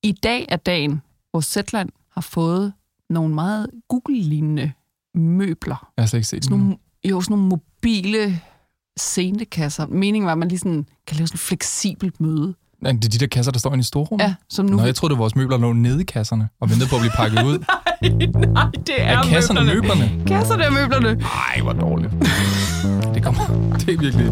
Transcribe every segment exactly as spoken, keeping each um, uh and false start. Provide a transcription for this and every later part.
I dag er dagen, hvor Zetland har fået nogle meget Google-lignende møbler. Jeg har slet ikke set sådan nogle, jo, sådan nogle mobile scenekasser. Meningen var, at man lige sådan, kan lave sådan et fleksibelt møde. Ja, det er de der kasser, der står inde i storrummet? Ja, som nu... Nå, jeg troede, det var vores møbler, der lå nede i kasserne og ventede på at blive pakket ud. nej, nej, det er, er kasserne møblerne. møblerne? Kasserne er møblerne. Nej, hvor dårligt. Det kommer... Det er virkelig...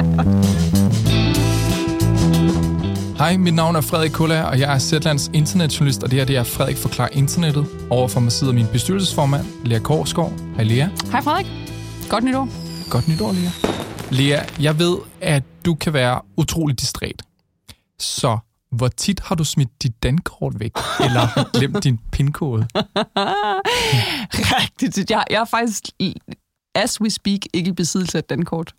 Hej, mit navn er Frederik Kulla, og jeg er Zetlands internetjournalist, og det her det er Frederik forklarer internettet. Overfor mig sidder min bestyrelsesformand, Lea Korsgaard. Hej, Lea. Hej, Frederik. Godt nytår. Godt nytår, Lea. Lea, jeg ved, at du kan være utrolig distræt. Så hvor tit har du smidt dit dankort væk, eller glemt din pindkode? Rigtig tit. Jeg, jeg er faktisk, as we speak, ikke i besiddelse af et dankort.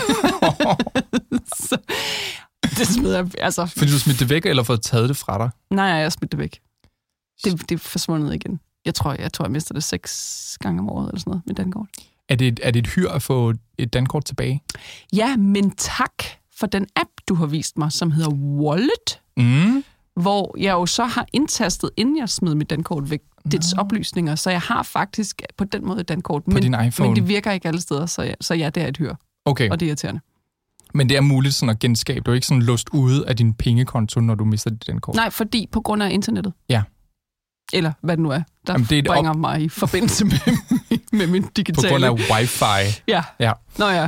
Så det smider jeg, altså... Fordi du smidt det væk, eller fået taget det fra dig? Nej, jeg har smidt det væk. Det, det er forsvundet igen. Jeg tror, jeg, tror, jeg mister det seks gange om året, eller sådan noget, med dankort. Er det, er det et hyr at få et dankort tilbage? Ja, men tak for den app, du har vist mig, som hedder Wallet, mm. hvor jeg jo så har indtastet, inden jeg smed mit dankort væk, dets no. oplysninger, så jeg har faktisk på den måde et dankort. På men, din iPhone? Men det virker ikke alle steder, så ja, så ja det er et hyr. Okay. Og det er irriterende. Men det er muligt sådan at genskabe. Du er ikke sådan låst ude af din pengekonto, når du mister dit dankort? Nej, fordi på grund af internettet. Ja. Eller hvad det nu er, der Jamen, det er bringer op... mig i forbindelse med, med min digitale... På grund af wifi? Ja. ja. Nå ja.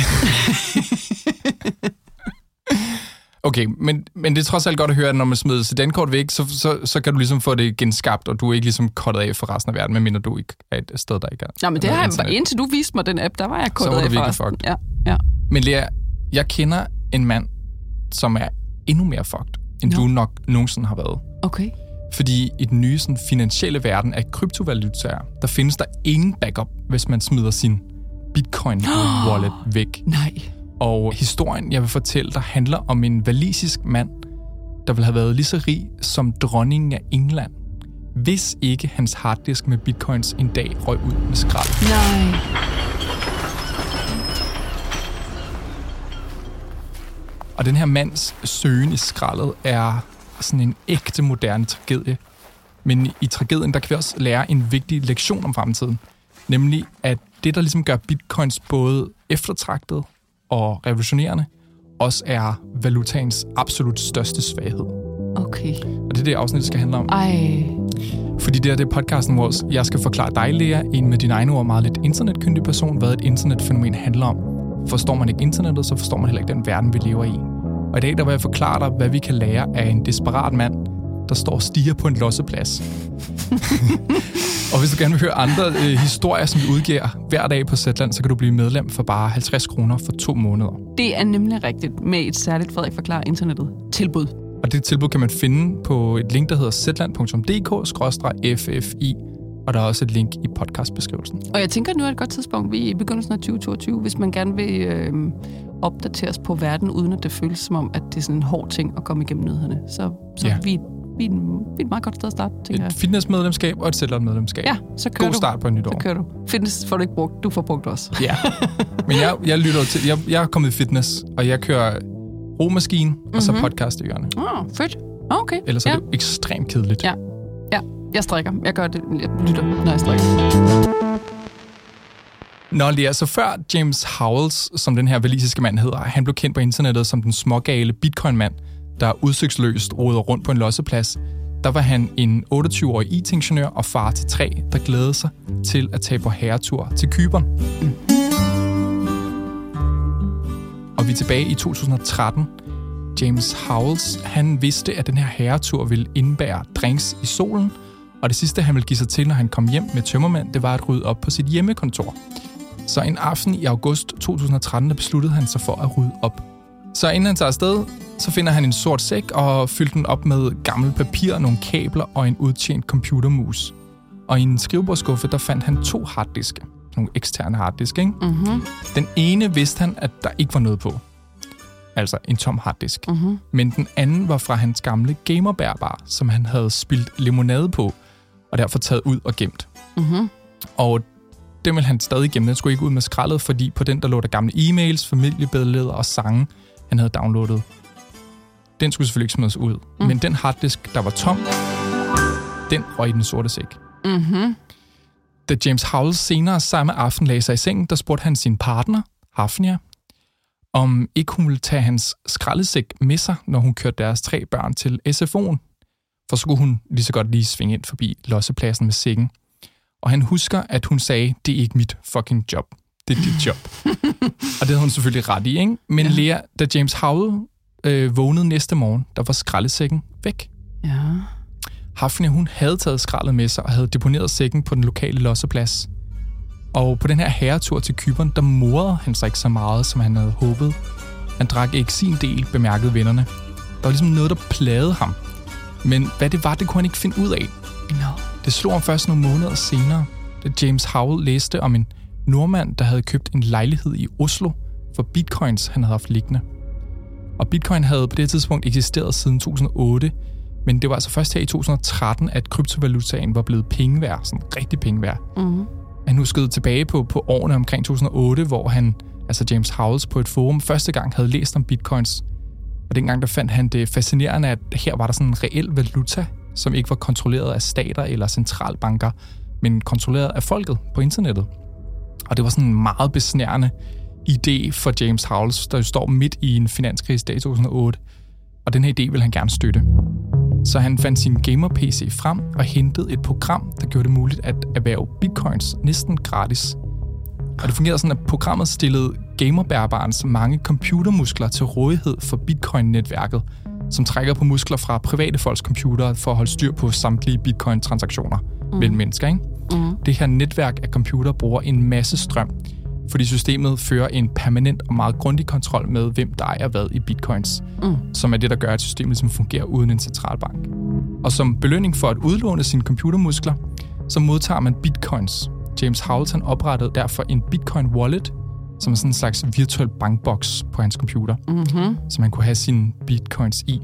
Okay, men, men det er trods alt godt at høre, at når man smider sit dankort væk, så, så, så kan du ligesom få det genskabt, og du er ikke ligesom kottet af for resten af verden, medmindre du ikke er et sted, der ikke er... Nej, men det har jeg, indtil du viste mig den app, der var jeg kottet af for resten. Ja, ja. Men Lea, jeg kender en mand, som er endnu mere fucked, end no. du nok nogensinde har været. Okay. Fordi i den nye sådan, finansielle verden af kryptovalutaer, der findes der ingen backup, hvis man smider sin bitcoin-wallet væk. Nej. Og historien, jeg vil fortælle dig, handler om en walisisk mand, der ville have været lige så rig som dronningen af England, hvis ikke hans harddisk med bitcoins en dag røg ud med skrald. Nej. Og den her mands søgen i skraldet er sådan en ægte moderne tragedie. Men i tragedien, der kan vi også lære en vigtig lektion om fremtiden. Nemlig, at det, der ligesom gør bitcoins både eftertragtet og revolutionerende, også er valutaens absolut største svaghed. Okay. Og det er det, afsnit skal handle om. Ej. Fordi det er det podcasten, hvor jeg skal forklare dig, Lea, en med dine egne ord meget lidt internetkyndig person, hvad et internetfænomen handler om. Forstår man ikke internettet, så forstår man heller ikke den verden, vi lever i. Og i dag, der vil jeg forklare dig, hvad vi kan lære af en desperat mand, der står og stiger på en losseplads. Og hvis du gerne vil høre andre øh, historier, som vi udgiver hver dag på Zetland, så kan du blive medlem for bare halvtreds kroner for to måneder. Det er nemlig rigtigt med et særligt Frederik forklarer internettet tilbud. Og det tilbud kan man finde på et link, der hedder zetland punktum d k skråstreg f f i, og der er også et link i podcastbeskrivelsen. Og jeg tænker, at nu er et godt tidspunkt, vi er i begyndelsen af tyve toogtyve, hvis man gerne vil øh, opdateres på verden, uden at det føles som om, at det er sådan en hård ting at komme igennem nyhederne. Så, så ja. vi, vi, vi er et meget godt sted at starte, tænker jeg. Et fitnessmedlemskab og et Zetland-medlemskab. Ja, så kører God du. start på et nyt år. Så kører du. Fitness får du ikke brugt, du får brugt også. Ja, men jeg, jeg lytter til, jeg, jeg er kommet i fitness, og jeg kører romaskine, mm-hmm. og så podcast i ørerne. Åh, oh, fedt. Okay. Ellers er ja. det ekstremt kedeligt. Ja, ja. Jeg strikker. Jeg gør det. Jeg lytter, når jeg strikker. Nå, Lea, så før James Howells, som den her walisiske mand hedder, han blev kendt på internettet som den smågale bitcoin-mand, der udsigtsløst roder rundt på en losseplads, der var han en otteogtyve-årig I T-ingeniør og far til tre, der glædede sig til at tage på herretur til Cypern. Mm. Og vi er tilbage i to tusind og tretten. James Howells, han vidste, at den her herretur ville indebære drinks i solen, og det sidste, han ville give sig til, når han kom hjem med tømmermand, det var at rydde op på sit hjemmekontor. Så en aften i august to tusind og tretten, der besluttede han sig for at rydde op. Så inden han tager afsted, så finder han en sort sæk og fylder den op med gammelt papir, nogle kabler og en udtjent computermus. Og i en skrivebordsskuffe, der fandt han to harddiske. Nogle eksterne harddiske, ikke? Mm-hmm. Den ene vidste han, at der ikke var noget på. Altså en tom harddisk. Mm-hmm. Men den anden var fra hans gamle gamerbærbar, som han havde spildt limonade på, og derfor taget ud og gemt. Mm-hmm. Og den ville han stadig gemme. Den skulle ikke ud med skraldet, fordi på den, der lå der gamle e-mails, familiebilleder og sange, han havde downloadet. den skulle selvfølgelig ikke smides ud. Mm. Men den harddisk, der var tom, den røg i den sorte sæk. Mm-hmm. Da James Howells senere samme aften lagde sig i sengen, der spurgte han sin partner, Hafnia, om ikke hun ville tage hans skraldesæk med sig, når hun kørte deres tre børn til S F O'en. For så skulle hun lige så godt lige svinge ind forbi lossepladsen med sækken. Og han husker, at hun sagde, det er ikke mit fucking job. Det er dit job. Og det havde hun selvfølgelig ret i, ikke? Men ja. Lea, da James Howell øh, vågnede næste morgen, der var skraldesækken væk. Ja. Hafnia, hun havde taget skraldet med sig og havde deponeret sækken på den lokale losseplads. Og på den her herretur til Cypern, der morede han sig ikke så meget, som han havde håbet. Han drak ikke sin del, bemærkede vennerne. Der var ligesom noget, der plagede ham. Men hvad det var, det kunne han ikke finde ud af. No. Det slog ham først nogle måneder senere, da James Howell læste om en nordmand, der havde købt en lejlighed i Oslo for bitcoins, han havde haft liggende. Og bitcoin havde på det tidspunkt eksisteret siden to tusind og otte, men det var altså først her i to tusind og tretten, at kryptovalutaen var blevet penge værd, sådan rigtig penge værd. Mm-hmm. Han huskede tilbage på, på årene omkring to tusind og otte, hvor han, altså James Howells, på et forum første gang havde læst om bitcoins. Og dengang der fandt han det fascinerende, at her var der sådan en reel valuta, som ikke var kontrolleret af stater eller centralbanker, men kontrolleret af folket på internettet. Og det var sådan en meget besnærende idé for James Howells, der jo står midt i en finanskrise i to tusind og otte. Og den her idé ville han gerne støtte. Så han fandt sin gamer-P C frem og hentede et program, der gjorde det muligt at erhverve bitcoins næsten gratis. Og det fungerede sådan, at programmet stillede gamerbærbarens mange computermuskler til rådighed for bitcoin-netværket, som trækker på muskler fra private folks computere for at holde styr på samtlige bitcoin-transaktioner mm. mellem mennesker, ikke? Mm. Det her netværk af computer bruger en masse strøm, fordi systemet fører en permanent og meget grundig kontrol med, hvem der ejer hvad i bitcoins, mm. som er det, der gør, at systemet ligesom fungerer uden en centralbank. Og som belønning for at udlåne sine computermuskler, så modtager man bitcoins. James Howells han oprettede derfor en bitcoin wallet, som er sådan en slags virtuel bankboks på hans computer, mm-hmm. som man kunne have sine bitcoins i.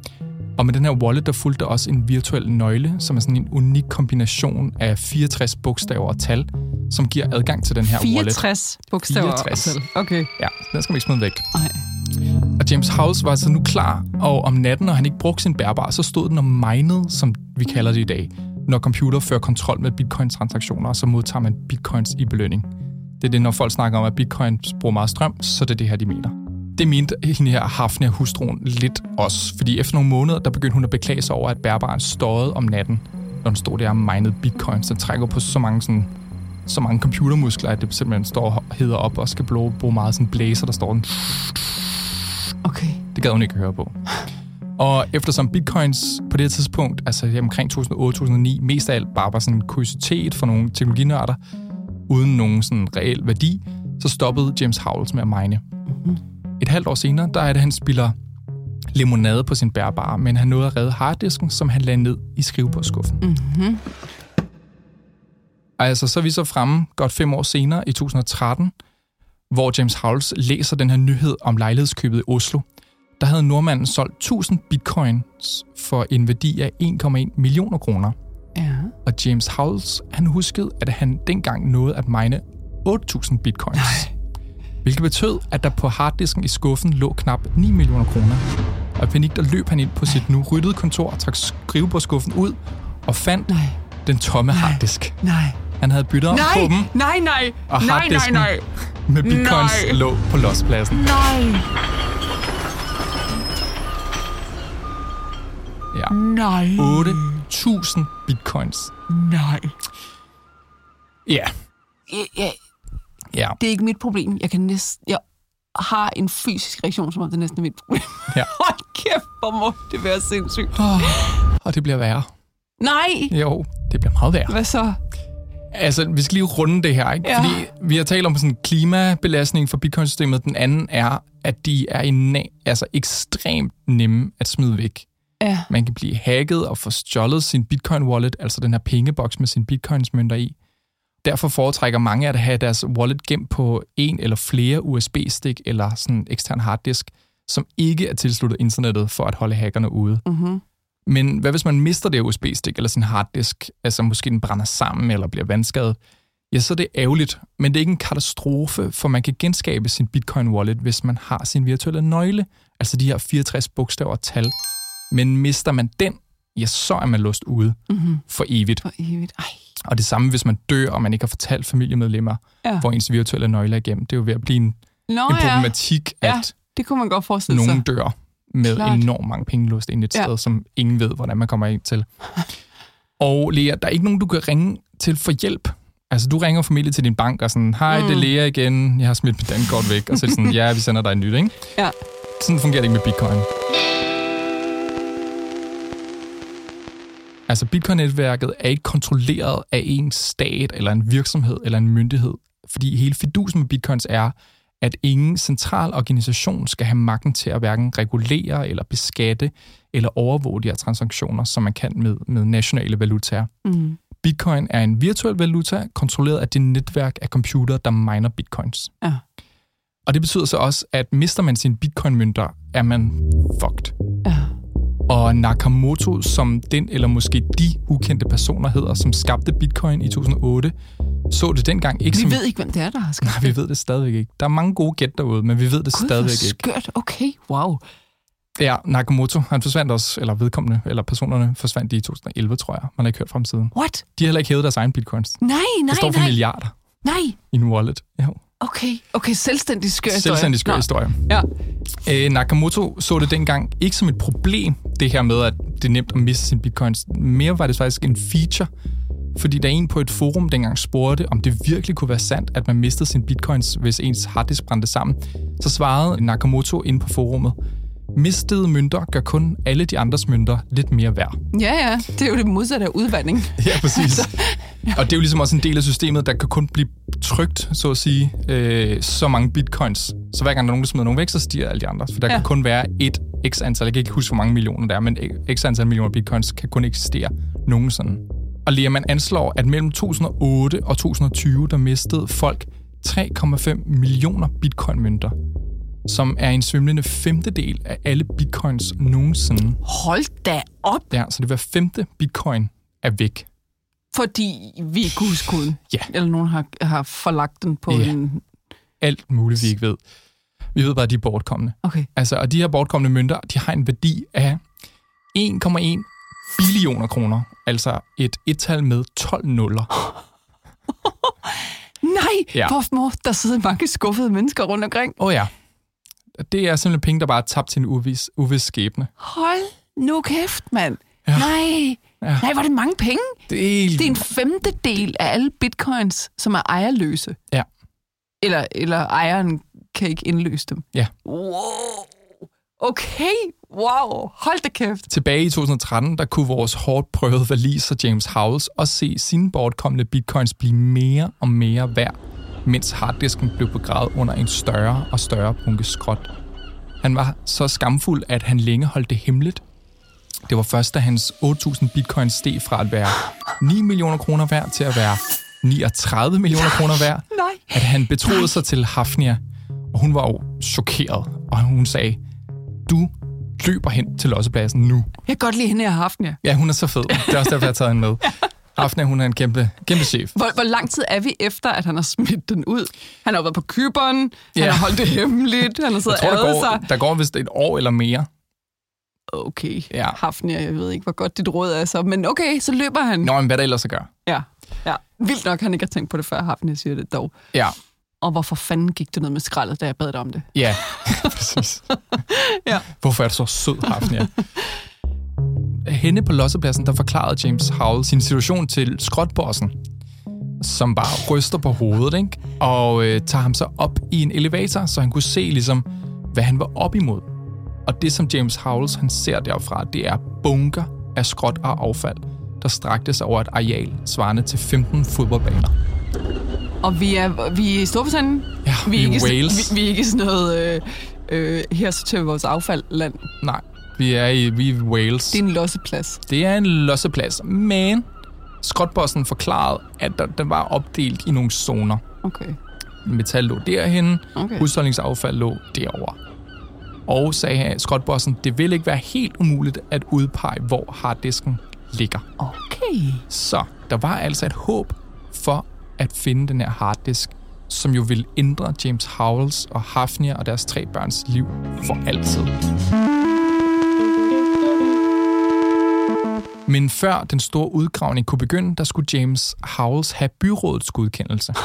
Og med den her wallet, der fulgte også en virtuel nøgle, som er sådan en unik kombination af fireogtres bogstaver og tal, som giver adgang til den her fireogtres wallet. fireogtres bogstaver fireogtres. og tal? Okay. Ja, den skal man ikke smide væk. Nej. Og James Howells var altså nu klar, og om natten, når han ikke brugte sin bærbar, så stod den og minede, som vi kalder det i dag. Når computer fører kontrol med bitcoin-transaktioner, så modtager man bitcoins i belønning. Det er det, når folk snakker om, at bitcoin bruger meget strøm, så det er det her, de mener. Det mente hende her Hafnia hustruen lidt også, fordi efter nogle måneder, der begyndte hun at beklage sig over, at bærbaren støjede om natten, når den stod der og minede bitcoins. Den trækker på så mange, sådan, så mange computermuskler, at det simpelthen står og hedder op og skal bruge, bruge meget sådan blæser, der står den. Okay. Det gad hun ikke høre på. Og eftersom bitcoins på det tidspunkt, altså omkring to tusind og otte til to tusind og ni, mest af alt bare var sådan en kuriositet for nogle teknologinørder, uden nogen sådan reel værdi, så stoppede James Howells med at mine. Mm-hmm. Et halvt år senere, der er det, han spiller limonade på sin bærbare, men han nåede at redde harddisken, som han lagde ned i skrivebordsskuffen. Mm-hmm. Altså, så er vi så fremme godt fem år senere, i to tusind og tretten, hvor James Howells læser den her nyhed om lejlighedskøbet i Oslo. Der havde nordmanden solgt tusind bitcoins for en værdi af en komma en millioner kroner. Ja. Og James Howells, han huskede, at han dengang nåede at mine otte tusind bitcoins. Nej. Hvilket betød, at der på harddisken i skuffen lå knap ni millioner kroner. Og i panik, der løb han ind på sit nu ryddede kontor og trak skrivebordskuffen ud og fandt nej. den tomme nej. harddisk. Nej. Han havde byttet om nej. på dem. Nej, nej. Og nej, harddisken nej, nej. med bitcoins nej. lå på lospladsen. Nej. Ja. Nej. otte tusind bitcoins. Nej. Ja. Ja. Ja. Det er ikke mit problem. Jeg kan næsten... Jeg har en fysisk reaktion, som om det næsten er mit problem. Ja. Hold kæft, hvor må det være sindssygt. Oh, og det bliver værre. Nej! Jo, det bliver meget værre. Hvad så? Altså, vi skal lige runde det her, ikke? Ja. Fordi vi har talt om sådan en klimabelastning for bitcoin-systemet. Den anden er, at de er en, altså ekstremt nemme at smide væk. Ja. Man kan blive hacket og få stjålet sin bitcoin-wallet, altså den her pengeboks med sin bitcoins-mønter i. Derfor foretrækker mange at have deres wallet gemt på en eller flere U S B-stik eller sådan en ekstern harddisk, som ikke er tilsluttet internettet for at holde hackerne ude. Mm-hmm. Men hvad hvis man mister det U S B-stik eller sin harddisk, altså måske den brænder sammen eller bliver vandskadet, ja, så er det ærgerligt, men det er ikke en katastrofe, for man kan genskabe sin Bitcoin-wallet, hvis man har sin virtuelle nøgle, altså de her fireogtres bogstaver og tal. Men mister man den, ja, så er man låst ude mm-hmm. for evigt. For evigt. Ej. Og det samme, hvis man dør, og man ikke har fortalt familiemedlemmer, ja. hvor ens virtuelle nøgle er igennem. Det er jo ved at blive en, Nå, en problematik, ja. at ja, det kunne man godt forestille nogen sig. dør med Klart. enormt mange penge låst ind et ja. sted, som ingen ved, hvordan man kommer ind til. Og Lea, der er ikke nogen, du kan ringe til for hjælp. Altså, du ringer familie til din bank og sådan, hej, mm. det er Lea igen, jeg har smidt mit dankort væk. Og så er det sådan, ja, vi sender dig en nyt, ikke? Ja. Sådan fungerer det ikke med Bitcoin. Altså, Bitcoin-netværket er ikke kontrolleret af en stat, eller en virksomhed, eller en myndighed. Fordi hele fidusen med Bitcoins er, at ingen central organisation skal have magten til at hverken regulere, eller beskatte, eller overvåge de her transaktioner, som man kan med, med nationale valutaer. Mm. Bitcoin er en virtuel valuta, kontrolleret af det netværk af computere, der miner bitcoins. Ja. Og det betyder så også, at mister man sine bitcoin-mønter, er man fucked. Ja. Og Nakamoto, som den eller måske de ukendte personer hedder, som skabte bitcoin i to tusind og otte, så det dengang ikke vi som... Vi ved ikke, hvem det er, der har skabt Nej, vi ved det stadigvæk ikke. Der er mange gode gæt derude, men vi ved det Gud, stadigvæk ikke. Skørt, okay, wow. Ja, Nakamoto, han forsvandt også, eller vedkommende, eller personerne forsvandt i to tusind og elleve, tror jeg. Man har ikke hørt fra ham siden. What? De har heller ikke hævet deres egen bitcoins. Nej, nej, det står for nej. milliarder. Nej. I en wallet. Jo. Okay, okay, selvstændig skør historie. Selvstændig skør historie. Ja. Øh, Nakamoto så det dengang ikke som et problem, det her med, at det er nemt at miste sine bitcoins. Mere var det faktisk en feature, fordi der en på et forum dengang spurgte, om det virkelig kunne være sandt, at man mistede sine bitcoins, hvis ens harddisk brændte sammen. Så svarede Nakamoto inde på forummet, mistede mønter gør kun alle de andres mønter lidt mere værd. Ja, ja. Det er jo det modsatte af udvandring. Ja, præcis. Og det er jo ligesom også en del af systemet, der kan kun blive trykt, så at sige, øh, så mange bitcoins. Så hver gang der er nogen, der smider nogen væk, så stiger alle de andre. For der ja. kan kun være et x antal, jeg kan ikke huske, hvor mange millioner der er, men x antal millioner bitcoins kan kun eksistere nogensinde. Og Lea, man anslår, at mellem to tusind og otte og to tusind og tyve, der mistede folk tre komma fem millioner bitcoin-mønter, som er en svimlende femtedel af alle bitcoins nogensinde. Hold da op! Ja, så det hver femte bitcoin er væk. Fordi vi ikke kunne huske koden? Ja. Eller nogen har, har forlagt den på ja. en... Alt muligt, vi ikke ved. Vi ved bare, at de er bortkommende. Okay. Altså, og de her bortkommende mønter, de har en værdi af en komma en billioner kroner. Altså et et-tal med tolv nuller. Nej! Ja. Hvor der sidder mange skuffede mennesker rundt omkring. Åh oh, ja. Det er simpelthen penge, der bare er tabt til en uvis, uvis skæbne. Hold nu kæft, mand. Ja. Nej. Ja. Nej, var det mange penge? Det er, det er en femtedel af alle bitcoins, som er ejerløse. Ja. Eller, eller ejeren kan ikke indløse dem. Ja. Wow. Okay, wow. Hold da kæft. Tilbage i to tusind og tretten, der kunne vores hårdt prøvede valiser James Howells også se sine bortkommende bitcoins blive mere og mere værd, mens harddisken blev begravet under en større og større bunke skrot. Han var så skamfuld, at han længe holdt det hemmeligt. Det var først, da hans otte tusind bitcoins steg fra at være ni millioner kroner værd til at være niogtredive millioner kroner værd, Nej. at han betroede sig til Hafnia, og hun var jo chokeret, og hun sagde, du løber hen til lossepladsen nu. Jeg kan godt lide hende, jeg har Hafnia. Ja, hun er så fed. Det er også derfor, jeg har taget hende med. Hafnia, hun er en kæmpe, kæmpe chef. Hvor, hvor lang tid er vi efter, at han har smidt den ud? Han har været på Cypern, ja. Han har holdt det hemmeligt, han har siddet og æret sig. Der går vist et år eller mere. Okay, ja. Hafnia, jeg ved ikke, hvor godt dit råd er så, men okay, så løber han. Nå, men hvad der ellers så gør? Ja, ja. Vildt nok, han ikke har tænkt på det før, Hafnia siger det dog. Ja. Og hvorfor fanden gik det ned med skraldet, da jeg bad dig om det? Ja, præcis. Ja. Hvorfor er du så sød, Hafnia? Henne på lossepladsen, der forklarede James Howell sin situation til skrotbossen, som bare ryster på hovedet, ikke? Og øh, tager ham så op i en elevator, så han kunne se, ligesom, hvad han var op imod. Og det, som James Howell han ser derfra, det er bunker af skrot og affald, der strakte sig over et areal svarende til femten fodboldbaner. Og vi er, vi er i Storbritannien. Ja, vi er i ikke, Wales. Vi, vi er ikke sådan noget, øh, øh, her til vores affaldland. Nej, vi er i, vi er i Wales. Det er en losseplads. Det er en losseplads, men skrotbossen forklarede, at der, den var opdelt i nogle zoner. Okay. Metal lå derhen, okay. Husholdningsaffald lå derovre. Og sagde skrotbossen, det vil ikke være helt umuligt at udpege, hvor harddisken ligger. Okay. Så der var altså et håb for at finde den her harddisk, som jo ville ændre James Howells og Hafnia og deres tre børns liv for altid. Men før den store udgravning kunne begynde, der skulle James Howells have byrådets godkendelse.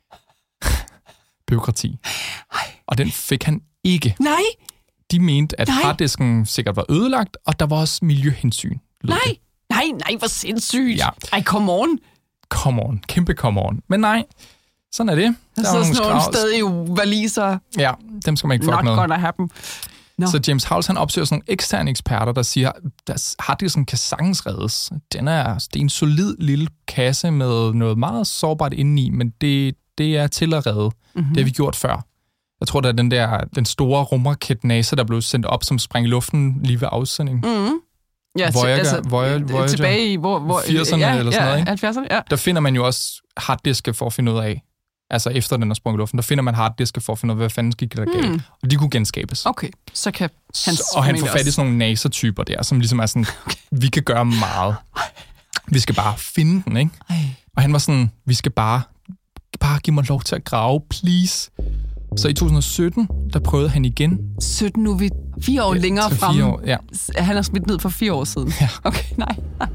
Bureaukrati. Og den fik han ikke. Nej! De mente, at Nej. harddisken sikkert var ødelagt, og der var også miljøhensyn. Nej, nej, nej, hvor sindssygt. Ja. Ej, come on. Come on, kæmpe come on. Men nej, sådan er det. Der, der sidder sådan nogle stadig valiser. Ja, dem skal man ikke fuck Not med. gonna happen. No. Så James Howells, han opsøger sådan nogle eksterne eksperter, der siger, at harddisken kan sagtens reddes. Den er, det er en solid lille kasse med noget meget sårbart indeni, men det, det er til at redde. Mm-hmm. Det har vi gjort før. Jeg tror, der er den der den store rumraket NASA, der blev sendt op, som sprang i luften lige ved afsending. Mm-hmm. Ja, Voyager, altså, Voyager, Voyager, tilbage i hvor, hvor, firserne ja, eller sådan ja, noget, ikke? halvfjerdserne, ja. Der finder man jo også harddiske for at finde ud af, altså efter den er sprunget i luften, der finder man harddiske for at finde ud af, hvad fanden gik der galt. Mm. Og de kunne genskabes. Okay, så kan hans Og han får fat i sådan nogle NASA-typer der, som ligesom er sådan, okay. Vi kan gøre meget. Vi skal bare finde den, ikke? Ej. Og han var sådan, vi skal bare, bare give mig lov til at grave, please. Så i to tusind og sytten, der prøvede han igen. sytten, nu er vi fire år ja, længere fremme. År, ja. Han er smidt ned for fire år siden. Ja. Okay, nej.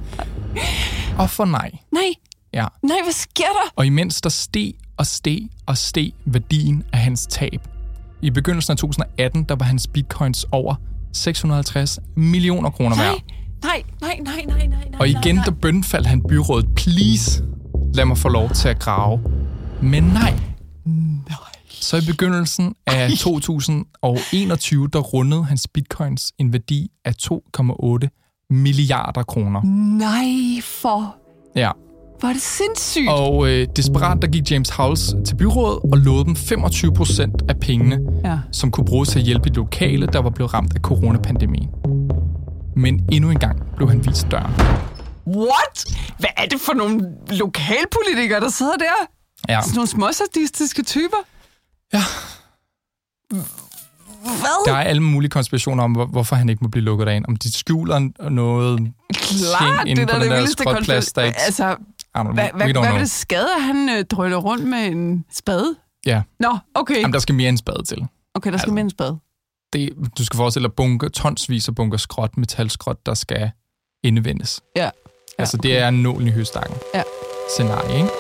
Og for nej. Nej. Ja. Nej, hvad sker der? Og imens der steg og steg og steg værdien af hans tab. I begyndelsen af to tusind og atten, der var hans bitcoins over seks hundrede og halvtreds millioner kroner værd. Nej, nej, nej, nej, nej, nej. Og igen, der bønfaldt han byrådet, please, lad mig få lov til at grave. Men nej. Nej. Så i begyndelsen af to tusind og enogtyve, der rundede hans bitcoins en værdi af to komma otte milliarder kroner. Nej, for... Ja. Var det sindssygt? Og øh, desperat, der gik James Howells til byrådet og lovede dem femogtyve procent af pengene, ja. som kunne bruges til at hjælpe de lokale, der var blevet ramt af coronapandemien. Men endnu en gang blev han vist døren. What? Hvad er det for nogle lokalpolitikere, der sidder der? Ja. Sådan nogle småsadistiske typer? Ja. Hvad? Der er alle mulige konspirationer om, hvor, hvorfor han ikke må blive lukket derind. Om de skjuler noget Klart, inde det på er den det der vildeste skrotplads, der ikke... Altså, hvad, hvad, hvad vil det skade, at han øh, drøner rundt med en spade? Ja. Nå, okay. Jamen, der skal mere en spade til. Okay, der skal altså, mere en spade. Det, du skal forestille dig bunker, tonsvis af bunker skrot, metalskrot, der skal indvendes. Ja. Altså, ja, okay. det er nålen i høstakken. Ja. Scenarie, ikke?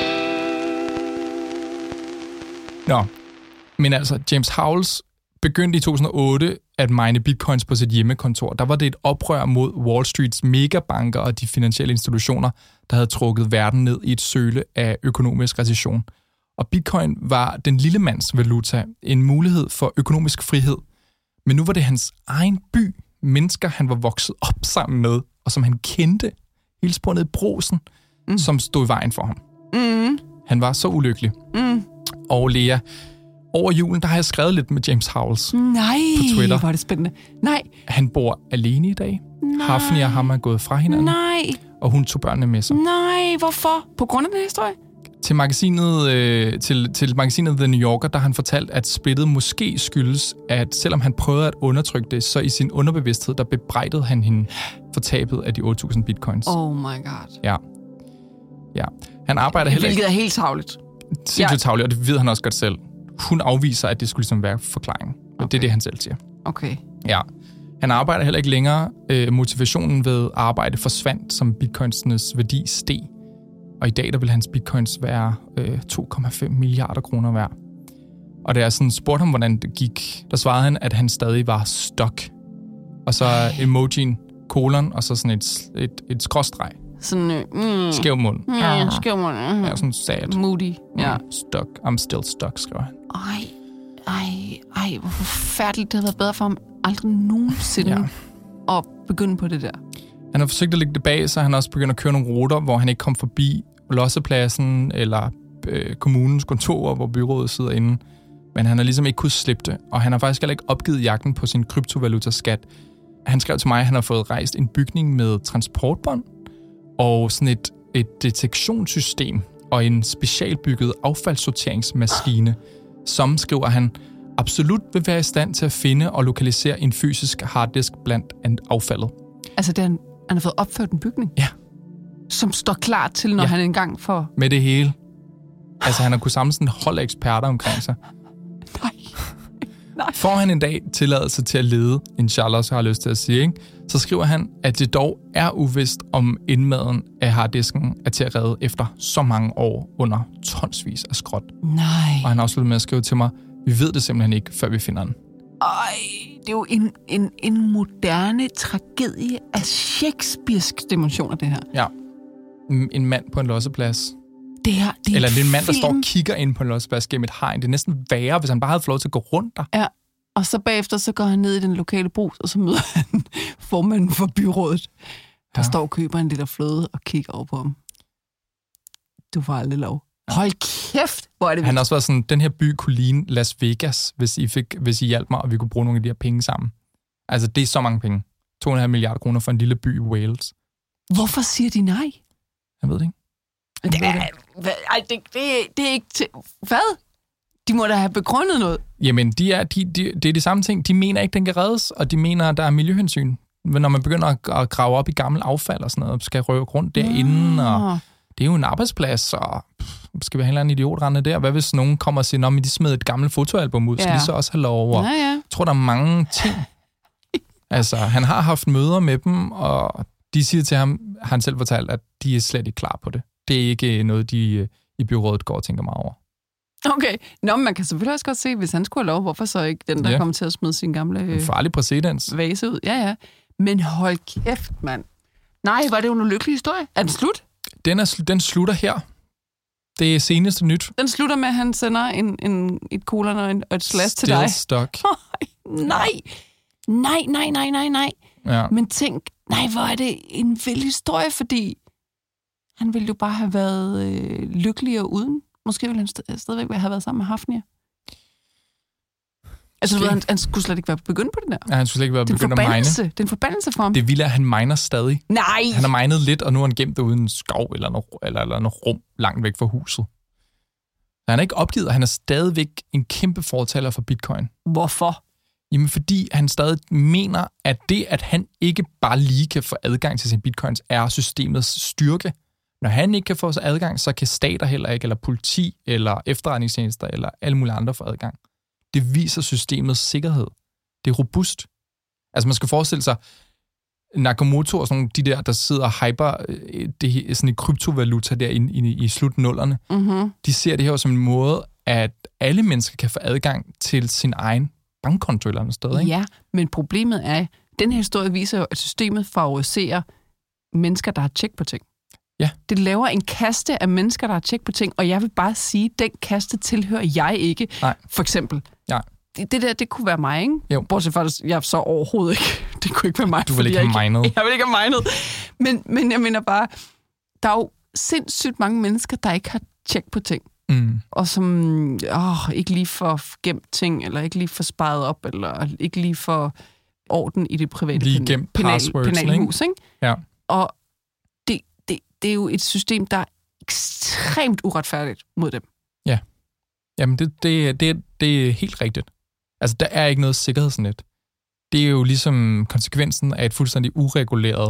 Nå, men altså, James Howells begyndte i to tusind og otte at mine bitcoins på sit hjemmekontor. Der var det et oprør mod Wall Streets megabanker og de finansielle institutioner, der havde trukket verden ned i et søle af økonomisk recession. Og bitcoin var den lille mands valuta, en mulighed for økonomisk frihed. Men nu var det hans egen by, mennesker han var vokset op sammen med, og som han kendte, hele spundet i brosen, mm. som stod i vejen for ham. Mm. Han var så ulykkelig. Mm. Og Lea, over julen, der har jeg skrevet lidt med James Howells Nej, på Twitter. hvor er det spændende. Nej. Han bor alene i dag. Nej. Hafnia og ham er gået fra hinanden. Nej. Og hun tog børnene med sig. Nej, hvorfor? På grund af den historie? Til magasinet, øh, til, til magasinet The New Yorker, der har han fortalt, at splittet måske skyldes, at selvom han prøvede at undertrykke det, så i sin underbevidsthed, der bebrejdede han hende for tabet af de otte tusind bitcoins. Oh my god. Ja. Ja. Han arbejder heller ikke... Hvilket er helt tavligt. Sindssygt ja. tavligt, og det ved han også godt selv. Hun afviser, at det skulle ligesom være forklaringen. Okay. Det er det, han selv siger. Okay. Ja. Han arbejder heller ikke længere. Øh, motivationen ved arbejde forsvandt, som bitcoinsenes værdi steg. Og i dag, der vil hans bitcoins være øh, to komma fem milliarder kroner værd. Og da jeg sådan spurgte ham, hvordan det gik, der svarede han, at han stadig var stuck. Og så emojien, kolon, og så sådan et, et, et skråstreg. Sådan øh, mm, skæv mund. Ja, skæv mund. Mm. Ja, sådan sad. Moody. Ja. Mm, stuck. I'm still stuck, skriver han. Ej, ej, ej, hvor forfærdeligt. Det havde været bedre for ham aldrig nogensinde ja. at begynde på det der. Han har forsøgt at lægge det bag, så han har også begyndt at køre nogle ruter, hvor han ikke kom forbi lossepladsen eller øh, kommunens kontor, hvor byrådet sidder inde. Men han har ligesom ikke kunnet slippe det, og han har faktisk heller ikke opgivet jagten på sin kryptovalutaskat. Han skrev til mig, at han har fået rejst en bygning med transportbånd og sådan et, et detektionssystem og en specialbygget affaldssorteringsmaskine, som, skriver han, absolut vil være i stand til at finde og lokalisere en fysisk harddisk blandt affaldet. Altså, det er en, han har fået opført en bygning? Ja. Som står klar til, når ja. han engang får... Med det hele. Altså, han har kunnet samle sådan et hold af eksperter omkring sig. Nej. Nej. Får han en dag tilladelse til at lede, inshallah, så har jeg lyst til at sige, ikke? Så skriver han, at det dog er uvist, om indmaden af harddisken er til at redde efter så mange år under tonsvis af skrot. Nej. Og han har også med at skrive til mig, vi ved det simpelthen ikke, før vi finder den. Ej, det er jo en, en, en moderne tragedie af Shakespearesk dimensioner, det her. Ja. En mand på en losseplads. Det her, det er Eller det er en mand, film. der står og kigger ind på en losseplads gennem et hegn. Det er næsten værre, hvis han bare havde fået lov til at gå rundt der. Ja, og så bagefter så går han ned i den lokale brus, og så møder han formanden for byrådet, der ja. står og køber en liter fløde og kigger over på ham. Du får aldrig lov. Hold kæft, hvor er det vildt. Han har også været sådan, den her by kunne ligne Las Vegas, hvis I, fik, hvis I hjalp mig, og vi kunne bruge nogle af de her penge sammen. Altså, det er så mange penge. to komma fem milliarder kroner for en lille by i Wales. Hvorfor siger de nej? Jeg ved det ikke. Det er, hvad, ej, det, det, det er ikke til... Hvad? De må da have begrundet noget. Jamen, de er, de, de, det er de samme ting. De mener ikke, den kan reddes, og de mener, der er miljøhensyn. Men når man begynder at, at grave op i gammel affald og sådan noget, skal røve rundt derinde, ja. og det er jo en arbejdsplads, og pff, skal vi have en eller anden idiot rende der? Hvad hvis nogen kommer og siger, at de smed et gammelt fotoalbum ud, ja. skal de så også have lov over? Ja, ja. Jeg tror, der er mange ting. Altså, han har haft møder med dem, og de siger til ham, har han selv fortalt, at de er slet ikke klar på det. Det er ikke noget, de i byrådet går og tænker meget over. Okay. Nå, men man kan selvfølgelig også godt se, hvis han skulle have lov, hvorfor så ikke den, der ja. kommer til at smide sin gamle en farlig præcedens. Vase ud. Ja, ja. Men hold kæft, mand. Nej, var det jo en lykkelig historie. Er den slut? Den, er, den slutter her. Det er seneste nyt. Den slutter med, at han sender en, en, et kolon og, en, og et slash til dig. Still stuck. Nej. Nej, nej, nej, nej, nej. Ja. Men tænk, nej, hvor er det en vild historie, fordi han ville jo bare have været øh, lykkeligere uden. Måske ville han st- stadigvæk have været sammen med Hafnia. Altså, du ved, han, han skulle slet ikke være begyndt på det der. Ja, han skulle slet ikke være begyndt at mine. Det er en forbandelse for ham. Det vilde er, at han miner stadig. Nej! Han har minet lidt, og nu har han gemt det uden en skov eller noget, eller, eller noget rum langt væk fra huset. Så han er ikke opgivet, og han er stadigvæk en kæmpe fortaler for bitcoin. Hvorfor? Jamen, fordi han stadig mener, at det, at han ikke bare lige kan få adgang til sine bitcoins, er systemets styrke. Når han ikke kan få sig adgang, så kan stater heller ikke, eller politi, eller efterretningstjenester, eller alle mulige andre få adgang. Det viser systemets sikkerhed. Det er robust. Altså, man skal forestille sig, Nakamoto og sådan nogle, de der, der sidder og hyper det, sådan en kryptovaluta der i, i, i slutnullerne, mm-hmm. de ser det her som en måde, at alle mennesker kan få adgang til sin egen bankkonto eller andet sted, ikke? Ja, men problemet er, at den her historie viser jo, at systemet favoriserer mennesker, der har tjek på ting. Ja. Det laver en kaste af mennesker, der har tjek på ting, og jeg vil bare sige, at den kaste tilhører jeg ikke. Nej. For eksempel. Ja. Det, det der, det kunne være mig, ikke? Jo. Bortset fra, at jeg så overhovedet ikke. Det kunne ikke være mig. Du vil ikke have minet. Jeg vil ikke have minet. Men, men jeg mener bare, der er jo sindssygt mange mennesker, der ikke har tjek på ting. Mm. Og som åh, ikke lige får gemt ting, eller ikke lige får sparet op, eller ikke lige får orden i det private lige penal, gemt penal, passwords, penalhus, ikke? Ja. Og det, det, det er jo et system, der er ekstremt uretfærdigt mod dem. Ja. Jamen, det, det, det, det er helt rigtigt. Altså, der er ikke noget sikkerhedsnet. Det er jo ligesom konsekvensen af et fuldstændig ureguleret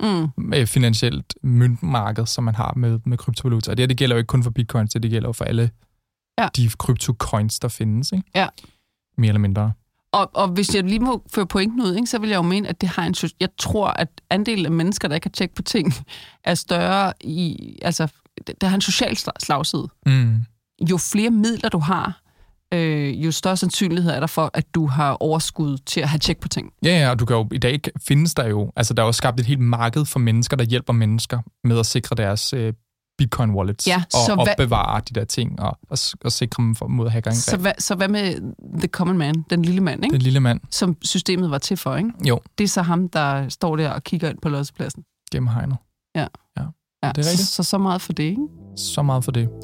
mm. finansielt møntmarked, som man har med, med kryptovaluta. Og det, det gælder jo ikke kun for bitcoins, det gælder jo for alle ja. de kryptocoins, der findes, ikke? Ja. Mere eller mindre. Og, og hvis jeg lige må føre pointen ud, ikke, så vil jeg jo mene, at det har en... Jeg tror, at andelen af mennesker, der ikke kan tjekke på ting, er større i... Altså, der har en social slagside. Mm. Jo flere midler du har, øh, jo større sandsynlighed er der for, at du har overskud til at have tjek på ting. Ja, ja, og du kan jo, i dag findes der jo... Altså, der er jo skabt et helt marked for mennesker, der hjælper mennesker med at sikre deres øh, bitcoin-wallets. Ja, og hva- opbevare de der ting, og, og, og sikre dem for, mod hackerangreb. Så, hva, så hvad med the common man, den lille mand, ikke? Den lille mand. Som systemet var til for, ikke? Jo. Det er så ham, der står der og kigger ind på lossepladsen. Gennem hegnet. Ja. Ja, ja. Det er rigtigt. Så, så, så meget for det, ikke? Så meget for det.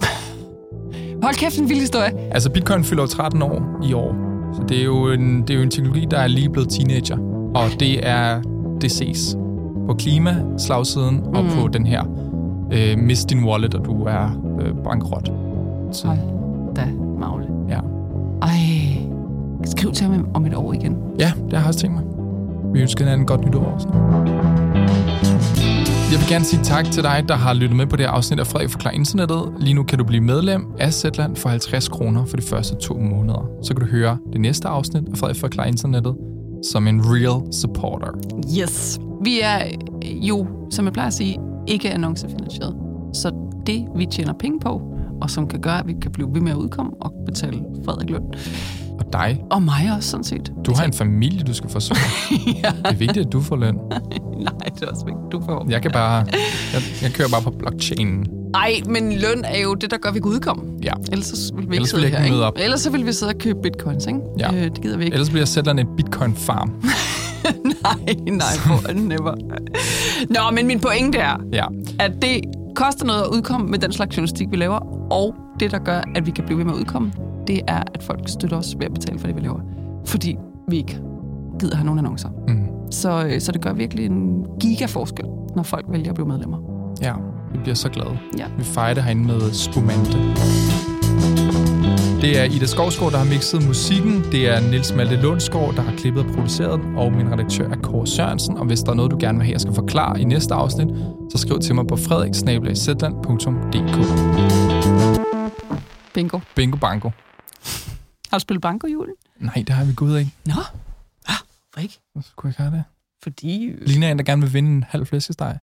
Hold kæft, en vild historie. Altså, bitcoin fylder tretten år i år. Så det er jo en, det er jo en teknologi, der er lige blevet teenager. Og det er, det ses på klimaslagsiden mm. og på den her øh, mist din wallet, og du er øh, bankrot. Så. Hold da, Magle. Ja. Ej, skriv til ham om et år igen. Ja, det har jeg også tænkt mig. Vi ønsker hinanden et godt nytår. Jeg vil gerne sige tak til dig, der har lyttet med på det her afsnit af Frederik Forklarer Internettet. Lige nu kan du blive medlem af Zetland for halvtreds kroner for de første to måneder. Så kan du høre det næste afsnit af Frederik Forklarer Internettet som en real supporter. Yes. Vi er jo, som jeg plejer at sige, ikke annoncefinansieret. Så det, vi tjener penge på, og som kan gøre, at vi kan blive ved med at udkomme og betale Frederik løn. Og dig. Og mig også, sådan set. Du har en familie, du skal forsørge. Ja. Det er vigtigt, at du får løn. Nej, det er også vigtigt, du får. Jeg kan bare... Jeg, jeg kører bare på blockchainen. Nej, men løn er jo det, der gør, at vi kan udkomme. Ja. Ellers så vil vi Ellers ikke sidde vil jeg ikke her, op. Ellers så vil vi sidde og købe bitcoins, ikke? Ja. Øh, det gider vi ikke. Ellers bliver Zetland en bitcoin-farm. nej, nej, never. Nå, men min pointe er, ja. at det koster noget at udkomme med den slags journalistik, vi laver, og det, der gør, at vi kan blive ved med at udkomme, det er, at folk støtter os ved at betale for det, vi laver. Fordi vi ikke gider have nogen annoncer. Mm. Så, så det gør virkelig en gigaforskel, når folk vælger at blive medlemmer. Ja, vi bliver så glade. Ja. Vi fejrer det herinde med spumante. Det er Ida Skovsgaard, der har mixet musikken. Det er Niels Malte Lundsgaard, der har klippet og produceret den. Og min redaktør er Kåre Sørensen. Og hvis der er noget, du gerne vil have, jeg skal forklare i næste afsnit, så skriv til mig på frederik snabel-a zetland punktum d k. Bingo. Bingo bango. Har du spillet banko i julen? Nej, det har vi gået ikke. Nå, ah, hvorfor ikke? Hvorfor kunne jeg ikke have det? Fordi... Ligner en, der gerne vil vinde en halv flæskesteg.